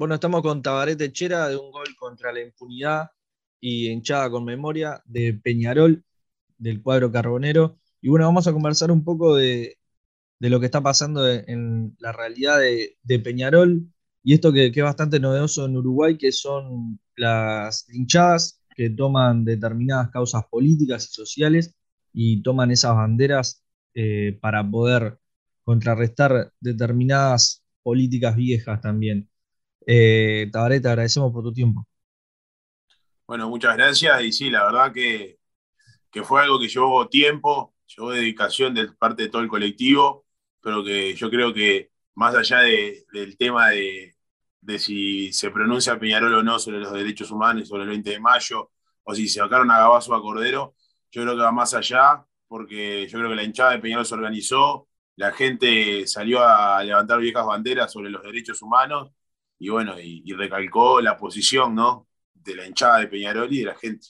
Bueno, estamos con Tabaré Techera de un gol contra la impunidad y hinchada con memoria de Peñarol, del cuadro carbonero. Y bueno, vamos a conversar un poco de lo que está pasando en la realidad de Peñarol y esto que es bastante novedoso en Uruguay, que son las hinchadas que toman determinadas causas políticas y sociales y toman esas banderas para poder contrarrestar determinadas políticas viejas también. Tabaré, te agradecemos por tu tiempo. Bueno, muchas gracias. Y sí, la verdad que fue algo que llevó tiempo, llevó dedicación de parte de todo el colectivo, pero que yo creo que más allá del tema de si se pronuncia Peñarol o no sobre los derechos humanos, sobre el 20 de mayo, o si se sacaron a Gabazo o a Cordero, yo creo que va más allá, porque yo creo que la hinchada de Peñarol se organizó, la gente salió a levantar viejas banderas sobre los derechos humanos, y bueno, y recalcó la posición, ¿no?, de la hinchada de Peñarol y de la gente.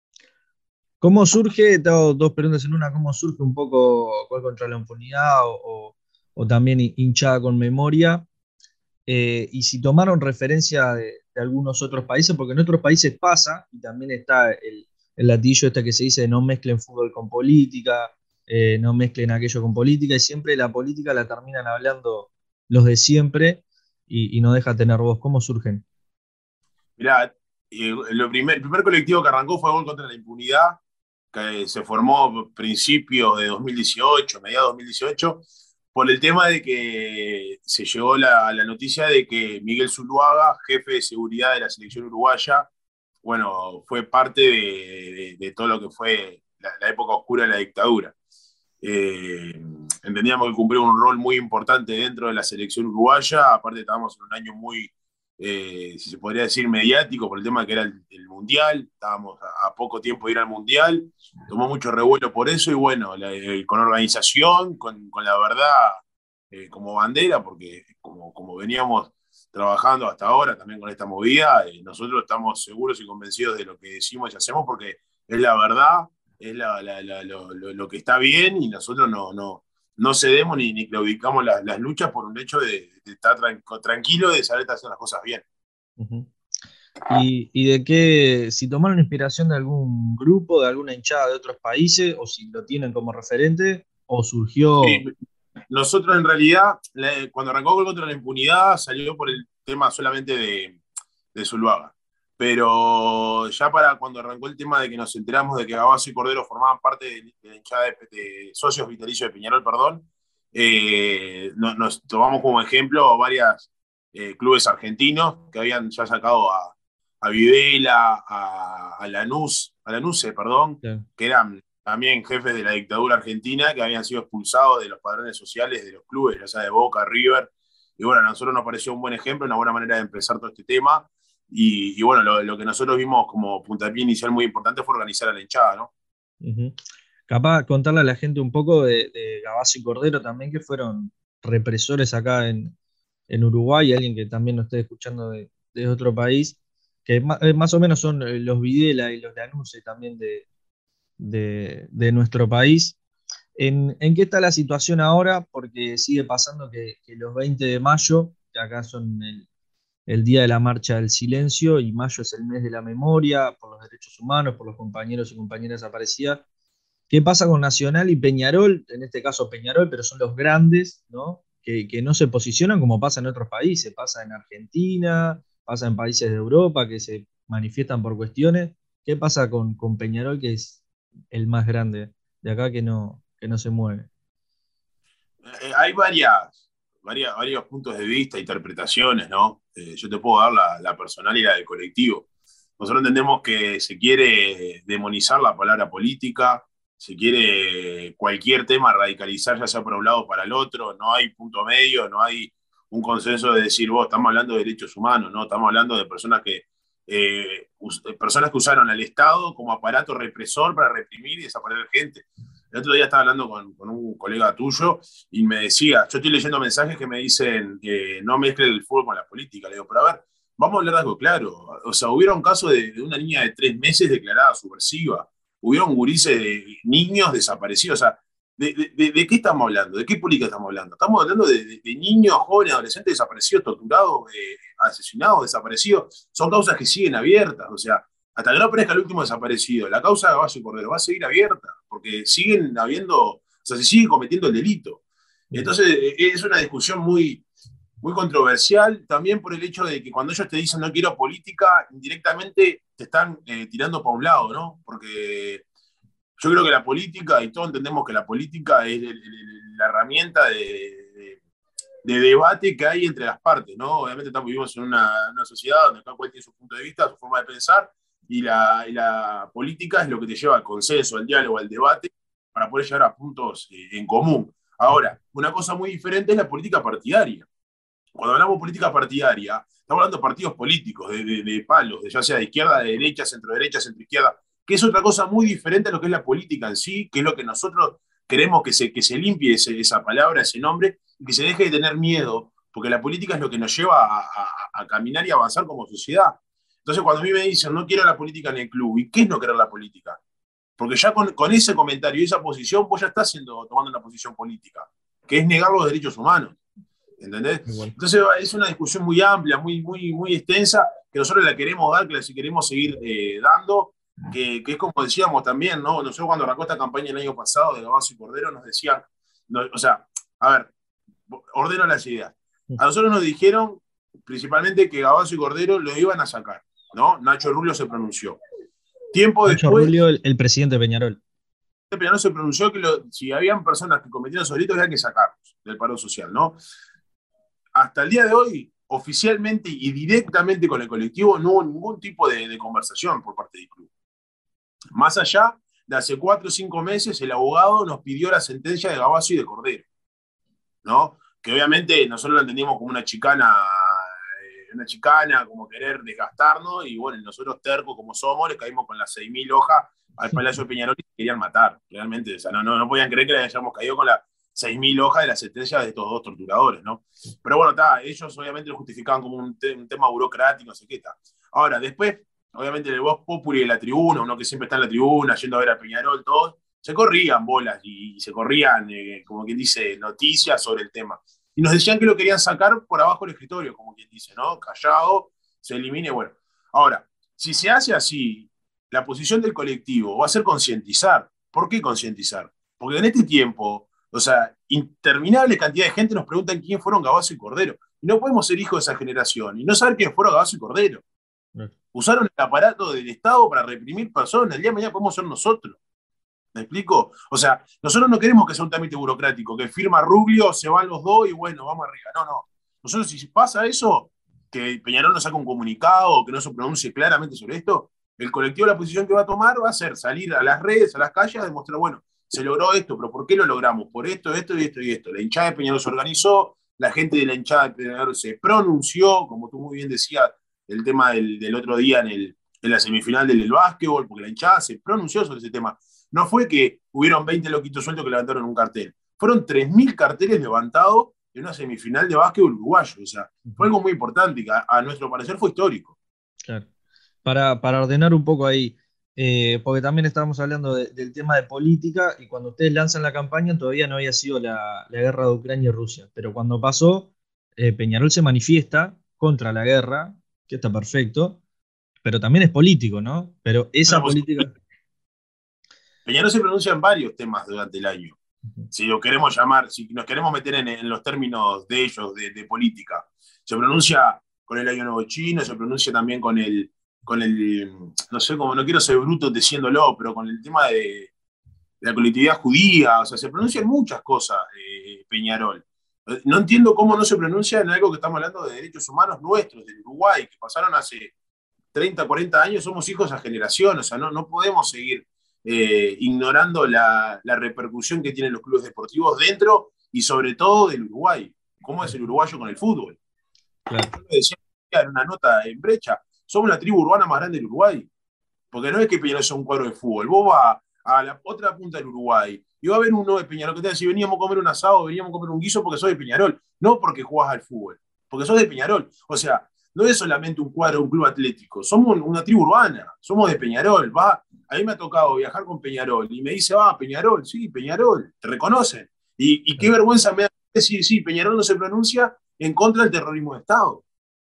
¿Cómo surge, te hago dos preguntas en una, cómo surge un poco Gol contra la impunidad o también hinchada con memoria? Y si tomaron referencia de algunos otros países, porque en otros países pasa, y también está el latillo este que se dice de no mezclen fútbol con política, no mezclen aquello con política, y siempre la política la terminan hablando los de siempre y no deja tener voz. ¿Cómo surgen? Mirá, el primer colectivo que arrancó fue Gol contra la Impunidad, que se formó a principios de 2018, mediados de 2018, por el tema de que se llegó la noticia de que Miguel Zuluaga, jefe de seguridad de la selección uruguaya, bueno, fue parte de todo lo que fue la época oscura de la dictadura. Eh, Entendíamos que cumplió un rol muy importante dentro de la selección uruguaya, aparte estábamos en un año muy, si se podría decir, mediático por el tema que era el Mundial, estábamos a poco tiempo de ir al Mundial, tomó mucho revuelo por eso y bueno, con organización, con la verdad como bandera, porque como veníamos trabajando hasta ahora también con esta movida, nosotros estamos seguros y convencidos de lo que decimos y hacemos porque es la verdad, es lo que está bien y nosotros no cedemos ni claudicamos las luchas por un hecho de estar tranquilo, de saber hacer las cosas bien. Ujú. Y de qué, si tomaron inspiración de algún grupo, de alguna hinchada de otros países, o si lo tienen como referente, o Sí, surgió. nosotros en realidad, cuando arrancó Gol contra la Impunidad, salió por el tema solamente de Zuluaga. Pero ya para cuando arrancó el tema de que nos enteramos de que Gabazo y Cordero formaban parte de la hinchada de socios vitalicios de Peñarol, perdón, nos tomamos como ejemplo a varios clubes argentinos que habían ya sacado a Videla, a Lanús, a Lanuse, perdón, Claro. que eran también jefes de la dictadura argentina que habían sido expulsados de los padrones sociales de los clubes, ya sea de Boca, River. Y bueno, a nosotros nos pareció un buen ejemplo, una buena manera de empezar todo este tema. Y bueno, lo que nosotros vimos como puntapié inicial muy importante fue organizar a la hinchada, ¿no? Ujú. Capaz contarle a la gente un poco de Gabazo y Cordero también, que fueron represores acá en Uruguay, alguien que también nos esté escuchando de otro país, que más o menos son los Videla y los Lanuse también de nuestro país. ¿En qué está la situación ahora? Porque sigue pasando que los 20 de mayo, que acá son el día de la marcha del silencio, y mayo es el mes de la memoria por los derechos humanos, por los compañeros y compañeras desaparecidas. ¿Qué pasa con Nacional y Peñarol? En este caso Peñarol, pero son los grandes, ¿no? Que no se posicionan como pasa en otros países, pasa en Argentina, pasa en países de Europa que se manifiestan por cuestiones. ¿Qué pasa con Peñarol, que es el más grande de acá que no se mueve? Hay varios puntos de vista, interpretaciones, ¿no? Yo te puedo dar la personal y la del colectivo. Nosotros entendemos que se quiere demonizar la palabra política, se quiere cualquier tema radicalizar, ya sea para un lado o para el otro, no hay punto medio, no hay un consenso de decir, vos, estamos hablando de derechos humanos, ¿no? Estamos hablando de personas que usaron al Estado como aparato represor para reprimir y desaparecer gente. El otro día estaba hablando con un colega tuyo y me decía, yo estoy leyendo mensajes que me dicen que no mezcle el fútbol con la política. Le digo, pero a ver, vamos a hablar de algo claro. O sea, hubieron casos de una niña de 3 meses declarada subversiva. Hubieron gurises de niños desaparecidos. O sea, ¿De qué estamos hablando? ¿De qué política estamos hablando? Estamos hablando de niños, jóvenes, adolescentes desaparecidos, torturados, asesinados, desaparecidos. Son causas que siguen abiertas. O sea, hasta que no aparezca el último desaparecido, la causa de Gabazo y Cordero va a seguir abierta, porque siguen habiendo, o sea, se sigue cometiendo el delito. Entonces, es una discusión muy controversial, también por el hecho de que cuando ellos te dicen no quiero política, indirectamente te están tirando para un lado, ¿no? Porque yo creo que la política, y todos entendemos que la política es la herramienta de debate que hay entre las partes, ¿no? Obviamente vivimos en una sociedad donde cada cual tiene su punto de vista, su forma de pensar, y la política es lo que te lleva al consenso, al diálogo, al debate, para poder llegar a puntos en común. Ahora, una cosa muy diferente es la política partidaria. Cuando hablamos de política partidaria, estamos hablando de partidos políticos, de palos, ya sea de izquierda, de derecha, centro izquierda, que es otra cosa muy diferente a lo que es la política en sí, que es lo que nosotros queremos que se limpie esa palabra, ese nombre, y que se deje de tener miedo, porque la política es lo que nos lleva a caminar y avanzar como sociedad. Entonces, cuando a mí me dicen, no quiero la política en el club, ¿y qué es no querer la política? Porque ya con ese comentario y esa posición, vos ya estás tomando una posición política, que es negar los derechos humanos. ¿Entendés? Igual. Entonces es una discusión muy amplia, muy extensa, que nosotros la queremos dar, que la queremos seguir dando, que es como decíamos también, ¿no? Nosotros cuando arrancó esta campaña el año pasado de Gabazo y Cordero nos decían, no, o sea, a ver, ordeno las ideas. A nosotros nos dijeron principalmente que Gabazo y Cordero lo iban a sacar, ¿no? Nacho Rulio se pronunció. Tiempo Nacho después, Rulio, el presidente de Peñarol. Peñarol se pronunció que si habían personas que cometieron esos delitos, había que sacarlos del paro social, ¿no? Hasta el día de hoy, oficialmente y directamente con el colectivo, no hubo ningún tipo de conversación por parte del club. Más allá de hace 4 o 5 meses, el abogado nos pidió la sentencia de Gabazo y de Cordero, ¿no? Que obviamente nosotros lo entendimos como una chicana, como querer desgastarnos, y bueno, nosotros tercos como somos, le caímos con las 6.000 hojas al Palacio de Peñarol y querían matar, realmente. O sea, no podían creer que le hayamos caído con las 6.000 hojas de la sentencia de estos dos torturadores, ¿no? Pero bueno, ellos obviamente lo justificaban como un tema burocrático, no sé qué está. Ahora, después, obviamente, el Vox Populi de la tribuna, uno que siempre está en la tribuna, yendo a ver a Peñarol, todos, se corrían bolas y se corrían, como quien dice, noticias sobre el tema. Y nos decían que lo querían sacar por abajo del escritorio, como quien dice, ¿no? Callado, se elimine, bueno. Ahora, si se hace así, la posición del colectivo va a ser concientizar. ¿Por qué concientizar? Porque en este tiempo, o sea, interminable cantidad de gente nos preguntan quién fueron Gabazo y Cordero. Y no podemos ser hijos de esa generación y no saber quién fueron Gabazo y Cordero. Usaron el aparato del Estado para reprimir personas. El día de mañana podemos ser nosotros. ¿Me explico? O sea, nosotros no queremos que sea un trámite burocrático, que firma Rubio, se van los dos y bueno, vamos arriba. No. Nosotros, si pasa eso, que Peñarol nos saca un comunicado o que no se pronuncie claramente sobre esto, el colectivo, la posición que va a tomar va a ser salir a las redes, a las calles, a demostrar, bueno, se logró esto, pero ¿por qué lo logramos? Por esto, esto y esto y esto. La hinchada de Peñarol se organizó, la gente de la hinchada de Peñarol se pronunció, como tú muy bien decías, el tema del otro día en la semifinal del básquetbol, porque la hinchada se pronunció sobre ese tema. No fue que hubieron 20 loquitos sueltos que levantaron un cartel. Fueron 3.000 carteles levantados en una semifinal de básquetbol uruguayo. O sea, fue algo muy importante que a nuestro parecer fue histórico. Claro. Para ordenar un poco ahí, porque también estábamos hablando del tema de política y cuando ustedes lanzan la campaña todavía no había sido la guerra de Ucrania y Rusia, pero cuando pasó, Peñarol se manifiesta contra la guerra, que está perfecto, pero también es político, ¿no? Pero esa Bueno, pues, política... Peñarol se pronuncia en varios temas durante el año. Si lo queremos llamar, si nos queremos meter en los términos de ellos, de política, se pronuncia con el Año Nuevo Chino, se pronuncia también con el, no sé, como no quiero ser bruto diciéndolo, pero con el tema de la colectividad judía, o sea, se pronuncian muchas cosas, Peñarol. No entiendo cómo no se pronuncia en algo que estamos hablando de derechos humanos nuestros, del Uruguay, que pasaron hace 30, 40 años, somos hijos de esa generación, o sea, no podemos seguir ignorando la repercusión que tienen los clubes deportivos dentro y sobre todo del Uruguay. ¿Cómo es el uruguayo con el fútbol? Claro. Yo lo decía en una nota en Brecha, somos la tribu urbana más grande del Uruguay. Porque no es que Peñarol sea un cuadro de fútbol. Vos vas a la otra punta del Uruguay y va a haber uno de Peñarol que te dice, veníamos a comer un asado, veníamos a comer un guiso porque sos de Peñarol. No porque jugás al fútbol, porque sos de Peñarol. O sea, no es solamente un cuadro, un club atlético. Somos una tribu urbana, somos de Peñarol. a mí me ha tocado viajar con Peñarol y me dice, Peñarol, sí, Peñarol, te reconocen. Y qué vergüenza me da decir, sí, Peñarol no se pronuncia en contra del terrorismo de Estado.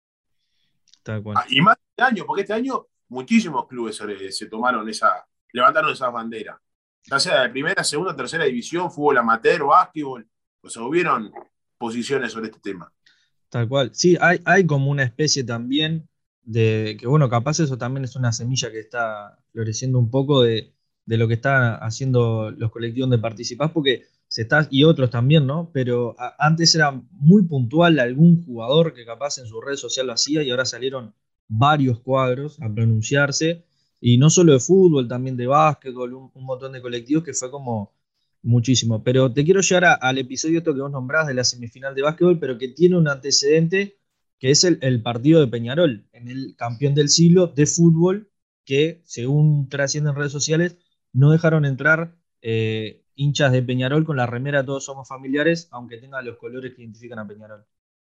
Tal cual. Y más este año, porque este año muchísimos clubes se tomaron levantaron esas banderas. Ya sea de primera, segunda, tercera división, fútbol amateur, básquetbol, o sea, hubieron posiciones sobre este tema. Tal cual. Sí, hay como una especie también de que, bueno, capaz eso también es una semilla que está floreciendo un poco de lo que están haciendo los colectivos donde participás, porque y otros también, ¿no? Pero antes era muy puntual algún jugador que capaz en su red social lo hacía y ahora salieron varios cuadros a pronunciarse, y no solo de fútbol, también de básquetbol, un montón de colectivos que fue como muchísimo. Pero te quiero llevar al episodio esto que vos nombrás de la semifinal de básquetbol, pero que tiene un antecedente que es el partido de Peñarol, en el campeón del siglo de fútbol, que según trasciende en redes sociales, no dejaron entrar hinchas de Peñarol con la remera Todos Somos Familiares, aunque tenga los colores que identifican a Peñarol.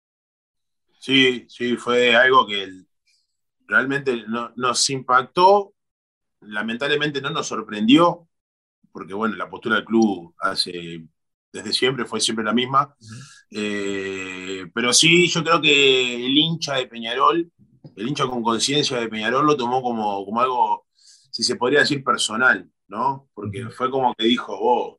Sí, sí, fue algo que realmente nos impactó, lamentablemente no nos sorprendió, porque bueno, la postura del club desde siempre fue siempre la misma. Uh-huh. Pero sí, yo creo que el hincha de Peñarol, el hincha con conciencia de Peñarol lo tomó como algo, si se podría decir, personal, ¿no? Porque Uh-huh. fue como que dijo,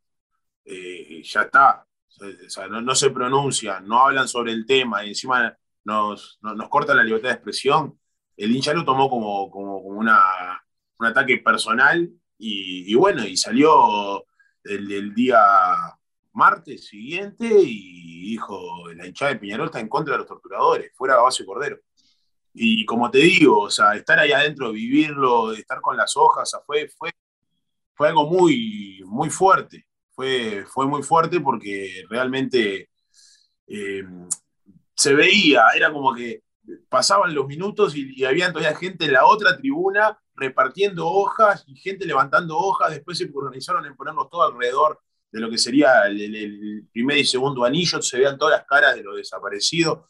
ya está, o sea, no se pronuncian, no hablan sobre el tema y encima nos cortan la libertad de expresión. El hincha lo tomó como un ataque personal y bueno, y salió el día martes siguiente y dijo, la hinchada de Peñarol está en contra de los torturadores, fuera Gabasio Cordero. Y como te digo, o sea, estar ahí adentro, vivirlo, estar con las hojas, o sea, fue algo muy, muy fuerte. Fue muy fuerte porque realmente eh, se veía, era como que pasaban los minutos y había todavía gente en la otra tribuna repartiendo hojas y gente levantando hojas, después se organizaron en ponerlos todo alrededor de lo que sería el primer y segundo anillo, se vean todas las caras de los desaparecidos.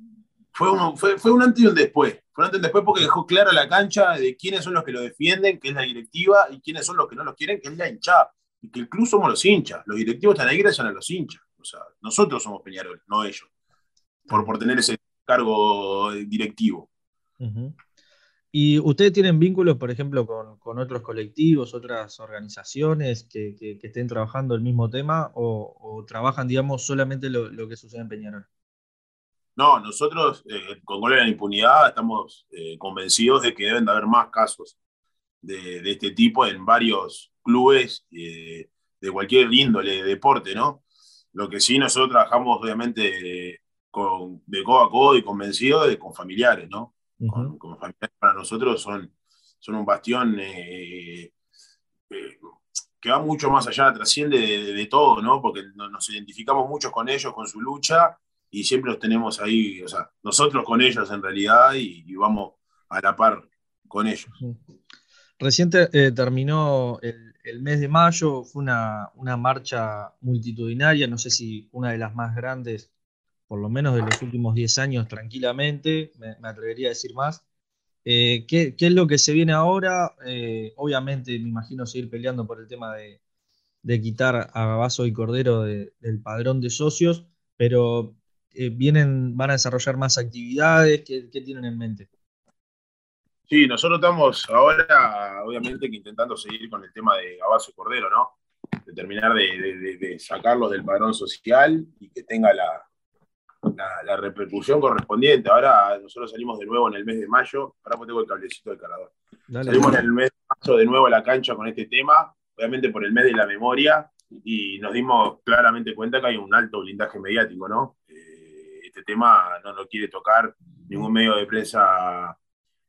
Fue un antes y un después. Fue un antes y un después porque dejó clara la cancha de quiénes son los que lo defienden, que es la directiva, y quiénes son los que no los quieren, que es la hinchada. Y que el club somos los hinchas. Los directivos están ahí gracias a los hinchas. O sea, nosotros somos Peñarol, no ellos, por tener ese cargo directivo. Uh-huh. ¿Y ustedes tienen vínculos, por ejemplo, con otros colectivos, otras organizaciones que estén trabajando el mismo tema o trabajan, digamos, solamente lo que sucede en Peñarol? No, nosotros con Gol en la Impunidad estamos convencidos de que deben de haber más casos de este tipo en varios clubes de cualquier índole de deporte, ¿no? Lo que sí nosotros trabajamos obviamente de codo a codo y convencidos con familiares, ¿no? Uh-huh. Con familiares para nosotros son un bastión eh, que va mucho más allá, trasciende de todo, ¿no? Porque nos identificamos mucho con ellos, con su lucha, y siempre los tenemos ahí, o sea, nosotros con ellos en realidad, y vamos a la par con ellos. Uh-huh. Reciente terminó el mes de mayo, fue una marcha multitudinaria, no sé si una de las más grandes, por lo menos de los últimos 10 años, tranquilamente, me atrevería a decir más. ¿Qué es lo que se viene ahora? Obviamente, me imagino seguir peleando por el tema de quitar a Gabazo y Cordero del padrón de socios, pero van a desarrollar más actividades. ¿Qué tienen en mente? Sí, nosotros estamos ahora, obviamente, que intentando seguir con el tema de Gabazo y Cordero, ¿no? De terminar de sacarlos del padrón social y que tenga la repercusión correspondiente. Ahora nosotros salimos de nuevo en el mes de mayo, ahora tengo el cablecito del cargador. Dale, Salimos en dale. el mes de mayo de nuevo a la cancha con este tema, obviamente por el mes de la memoria, y nos dimos claramente cuenta que hay un alto blindaje mediático, ¿no? Este tema no lo quiere tocar ningún medio de prensa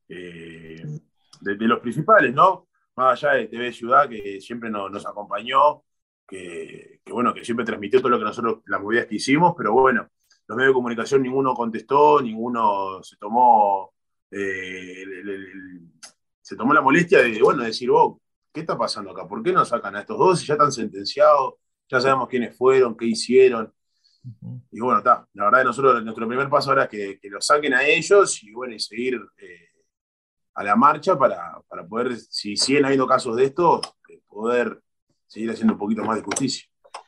de los principales, ¿no? Más allá de TV Ciudad, que siempre nos acompañó, bueno, que siempre transmitió todo lo que nosotros, las movidas que hicimos, pero bueno, los medios de comunicación ninguno contestó, ninguno se tomó la molestia de, bueno, decir, ¿qué está pasando acá? ¿Por qué no sacan a estos dos si ya están sentenciados? Ya sabemos quiénes fueron, qué hicieron. Ujú. Y bueno, está. La verdad, nosotros, nuestro primer paso ahora es que los saquen a ellos y bueno, y seguir a la marcha para poder, si siguen habiendo casos de estos, poder seguir haciendo un poquito más de justicia.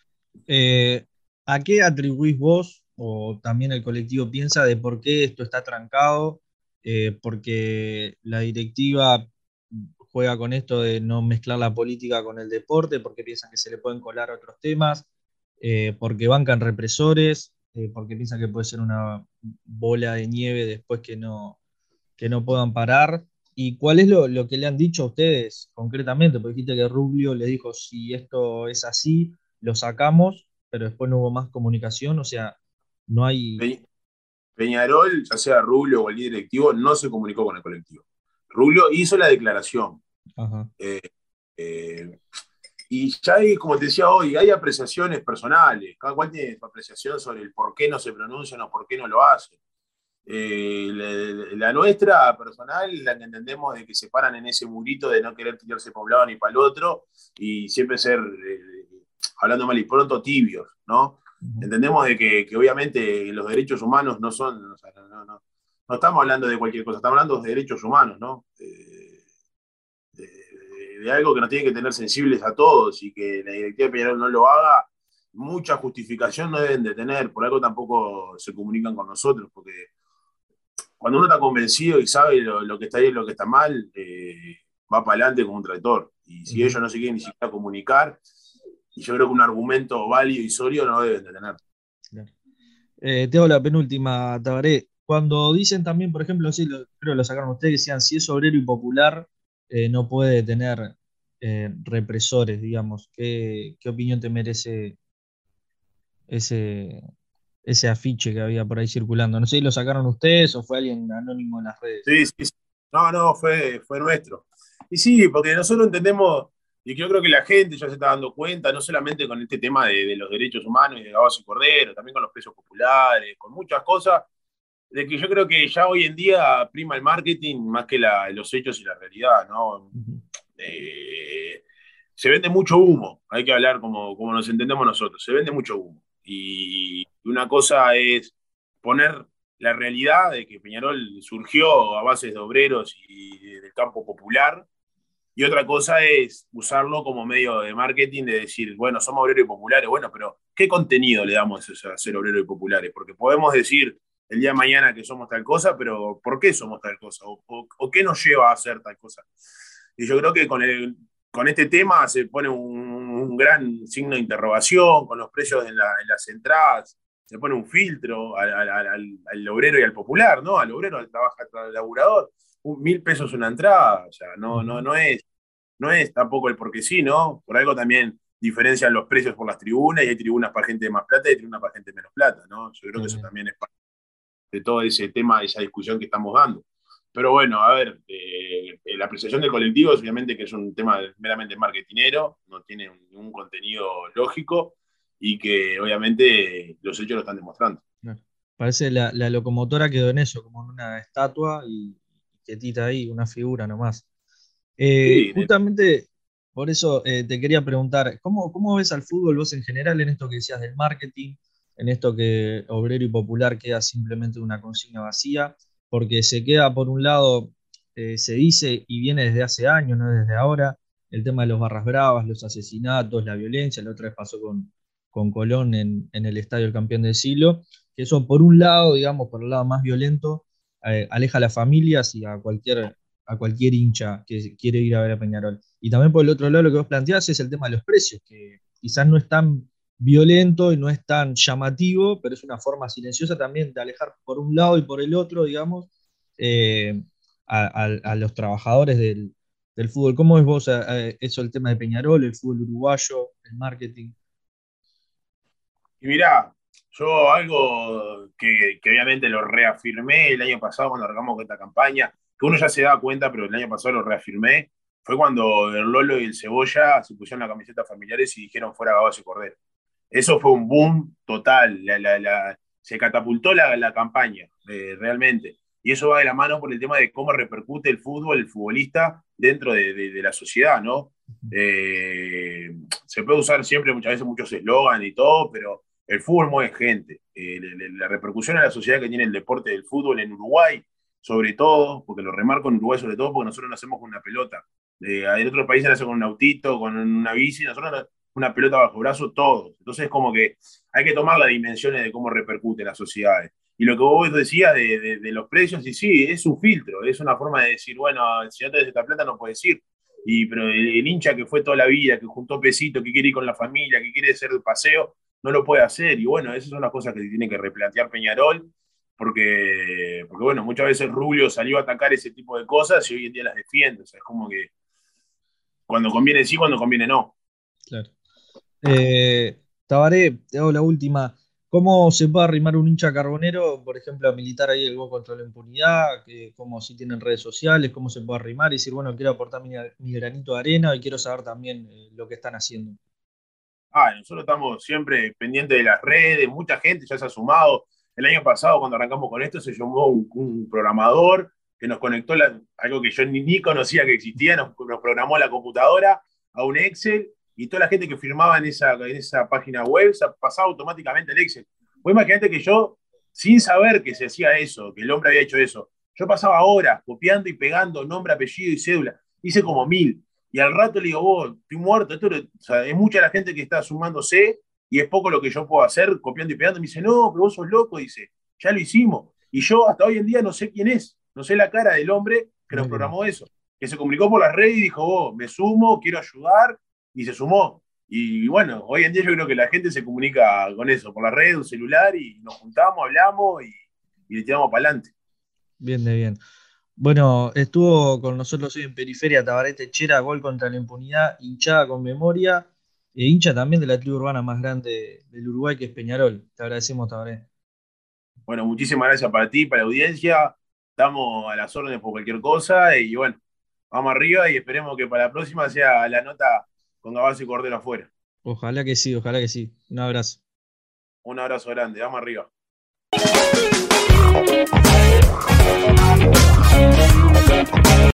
¿A qué atribuís vos, o también el colectivo piensa, de por qué esto está trancado? Porque la directiva juega con esto de no mezclar la política con el deporte, porque piensan que se le pueden colar otros temas, porque bancan represores, porque piensan que puede ser una bola de nieve después que no puedan parar. ¿Y cuál es lo que le han dicho a ustedes concretamente? Porque dijiste que Rubio le dijo, si esto es así, lo sacamos, pero después no hubo más comunicación, o sea, no hay... Peñarol, ya sea Rubio o el directivo, no se comunicó con el colectivo. Rubio hizo la declaración. Ajá. Eh, eh, y ya hay, como te decía hoy, hay apreciaciones personales. Cada cual tiene su apreciación sobre el por qué no se pronuncian o por qué no lo hacen. La nuestra personal, la que entendemos de que se paran en ese murito de no querer tirarse para un lado ni para el otro y siempre ser, hablando mal y pronto, tibios, ¿no? Uh-huh. Entendemos de que obviamente los derechos humanos no son, o sea, no estamos hablando de cualquier cosa, estamos hablando de derechos humanos, ¿no? De algo que nos tiene que tener sensibles a todos y que la directiva de Peñarol no lo haga, mucha justificación no deben de tener, por algo tampoco se comunican con nosotros, porque cuando uno está convencido y sabe lo que está bien y lo que está mal, va para adelante como un tractor. Y si Uh-huh. ellos no se quieren ni siquiera comunicar, y yo creo que un argumento válido y sólido no deben de tener. Claro. Te hago la penúltima, Tabaré. Cuando dicen también, por ejemplo, sí, creo que lo sacaron ustedes, que decían, si es obrero y popular, no puede tener represores, digamos. ¿Qué opinión te merece ese, ese afiche que había por ahí circulando? No sé si lo sacaron ustedes o fue alguien anónimo en las redes. Sí, sí, sí. No, fue nuestro. Y sí, porque nosotros entendemos, y yo creo que la gente ya se está dando cuenta, no solamente con este tema de los derechos humanos y de Gabazo y Cordero, también con los precios populares, con muchas cosas, de que yo creo que ya hoy en día prima el marketing más que los hechos y la realidad, ¿no? Uh-huh. Eh, Se vende mucho humo, hay que hablar como nos entendemos nosotros, se vende mucho humo. Y una cosa es poner la realidad de que Peñarol surgió a bases de obreros y del campo popular, y otra cosa es usarlo como medio de marketing, de decir, bueno, somos obreros y populares, bueno, pero ¿qué contenido le damos a ser obreros y populares? Porque podemos decir el día de mañana que somos tal cosa, pero ¿por qué somos tal cosa? ¿O qué nos lleva a hacer tal cosa? Y yo creo que con este tema se pone un gran signo de interrogación, con los precios en las entradas, se pone un filtro al obrero y al popular, ¿no? Al obrero, al laburador, 1.000 pesos una entrada, o sea, Uh-huh. no es tampoco el porque sí, ¿no? Por algo también diferencian los precios por las tribunas y hay tribunas para gente de más plata y tribunas para gente de menos plata, ¿no? Yo creo que eso Bien. también es parte de todo ese tema, de esa discusión que estamos dando. Pero bueno, a ver, la apreciación del colectivo es obviamente que es un tema meramente marketinero, no tiene ningún contenido lógico y que obviamente los hechos lo están demostrando. Claro. Parece la locomotora quedó en eso, como en una estatua y quietita ahí, una figura nomás. Sí, Justamente por eso te quería preguntar, ¿cómo ves al fútbol vos en general en esto que decías del marketing, en esto que obrero y popular queda simplemente una consigna vacía? Porque se queda por un lado, se dice y viene desde hace años, no desde ahora, el tema de los barras bravas, los asesinatos, la violencia, la otra vez pasó con Colón en el Estadio El Campeón del Siglo, que eso por un lado, digamos, por el lado más violento, aleja a las familias y a cualquier hincha que quiere ir a ver a Peñarol. Y también por el otro lado lo que vos planteás es el tema de los precios, que quizás no es tan violento y no es tan llamativo, pero es una forma silenciosa también de alejar por un lado y por el otro, digamos, eh, a los trabajadores del fútbol. ¿Cómo es vos eso, el tema de Peñarol, el fútbol uruguayo, el marketing? y mirá, yo algo que obviamente lo reafirmé el año pasado cuando arrancamos con esta campaña, que uno ya se da cuenta, pero el año pasado lo reafirmé, fue cuando el Lolo y el Cebolla se pusieron la camiseta familiares y dijeron fuera Gabazo y Cordero. Eso fue un boom total, se catapultó la campaña, realmente. Y eso va de la mano por el tema de cómo repercute el fútbol, el futbolista dentro de la sociedad, ¿no? Eh, Se puede usar siempre, muchas veces, muchos eslogans y todo, pero el fútbol mueve gente. La repercusión en la sociedad que tiene el deporte del fútbol en Uruguay sobre todo, porque lo remarco en Uruguay sobre todo, porque nosotros lo hacemos con una pelota. En otros países lo hacen con un autito, con una bici, nosotros una pelota bajo brazo, todos. Entonces es como que hay que tomar las dimensiones de cómo repercute en las sociedades. Y lo que vos decías de los precios, y sí, es un filtro, es una forma de decir, bueno, si no tenés esta plata no puedes ir. Pero el hincha que fue toda la vida, que juntó pesito, que quiere ir con la familia, que quiere hacer el paseo, no lo puede hacer. Y bueno, esas son las cosas que tiene que replantear Peñarol, porque bueno, muchas veces Rubio salió a atacar ese tipo de cosas y hoy en día las defiende. O sea, es como que cuando conviene sí, cuando conviene no. Claro. Tabaré, te hago la última. ¿Cómo se puede arrimar un hincha carbonero, por ejemplo, a militar ahí el gol contra la impunidad? ¿Cómo si tienen redes sociales? ¿Cómo se puede arrimar y decir, bueno, quiero aportar mi granito de arena y quiero saber también lo que están haciendo? Nosotros estamos siempre pendientes de las redes, mucha gente ya se ha sumado. El año pasado, cuando arrancamos con esto, se llamó un programador que nos conectó algo que yo ni conocía que existía, nos programó la computadora a un Excel y toda la gente que firmaba en esa página web pasaba automáticamente el Excel. Vos imaginate que yo, sin saber que se hacía eso, que el hombre había hecho eso, yo pasaba horas copiando y pegando nombre, apellido y cédula. Hice como 1000. Y al rato le digo, vos, estoy muerto. O sea, es mucha la gente que está sumándose y es poco lo que yo puedo hacer copiando y pegando. Me dice, no, pero vos sos loco. Dice, ya lo hicimos. Y yo hasta hoy en día no sé quién es. No sé la cara del hombre que nos Mira, programó eso. Que se comunicó por las redes y dijo, vos, me sumo, quiero ayudar. Y se sumó. Y bueno, hoy en día yo creo que la gente se comunica con eso, por las redes, un celular, y nos juntamos, hablamos y le tiramos para adelante. bien de bien. Bueno, estuvo con nosotros hoy en Periferia Tabaré Techera, gol contra la impunidad, hinchada con memoria, e hincha también de la tribu urbana más grande del Uruguay, que es Peñarol. Te agradecemos, Tabaré. Bueno, muchísimas gracias para ti, para la audiencia. Estamos a las órdenes por cualquier cosa y bueno, vamos arriba y esperemos que para la próxima sea la nota con Gabazo y Cordero afuera. Ojalá que sí, ojalá que sí. Un abrazo. Un abrazo grande, vamos arriba.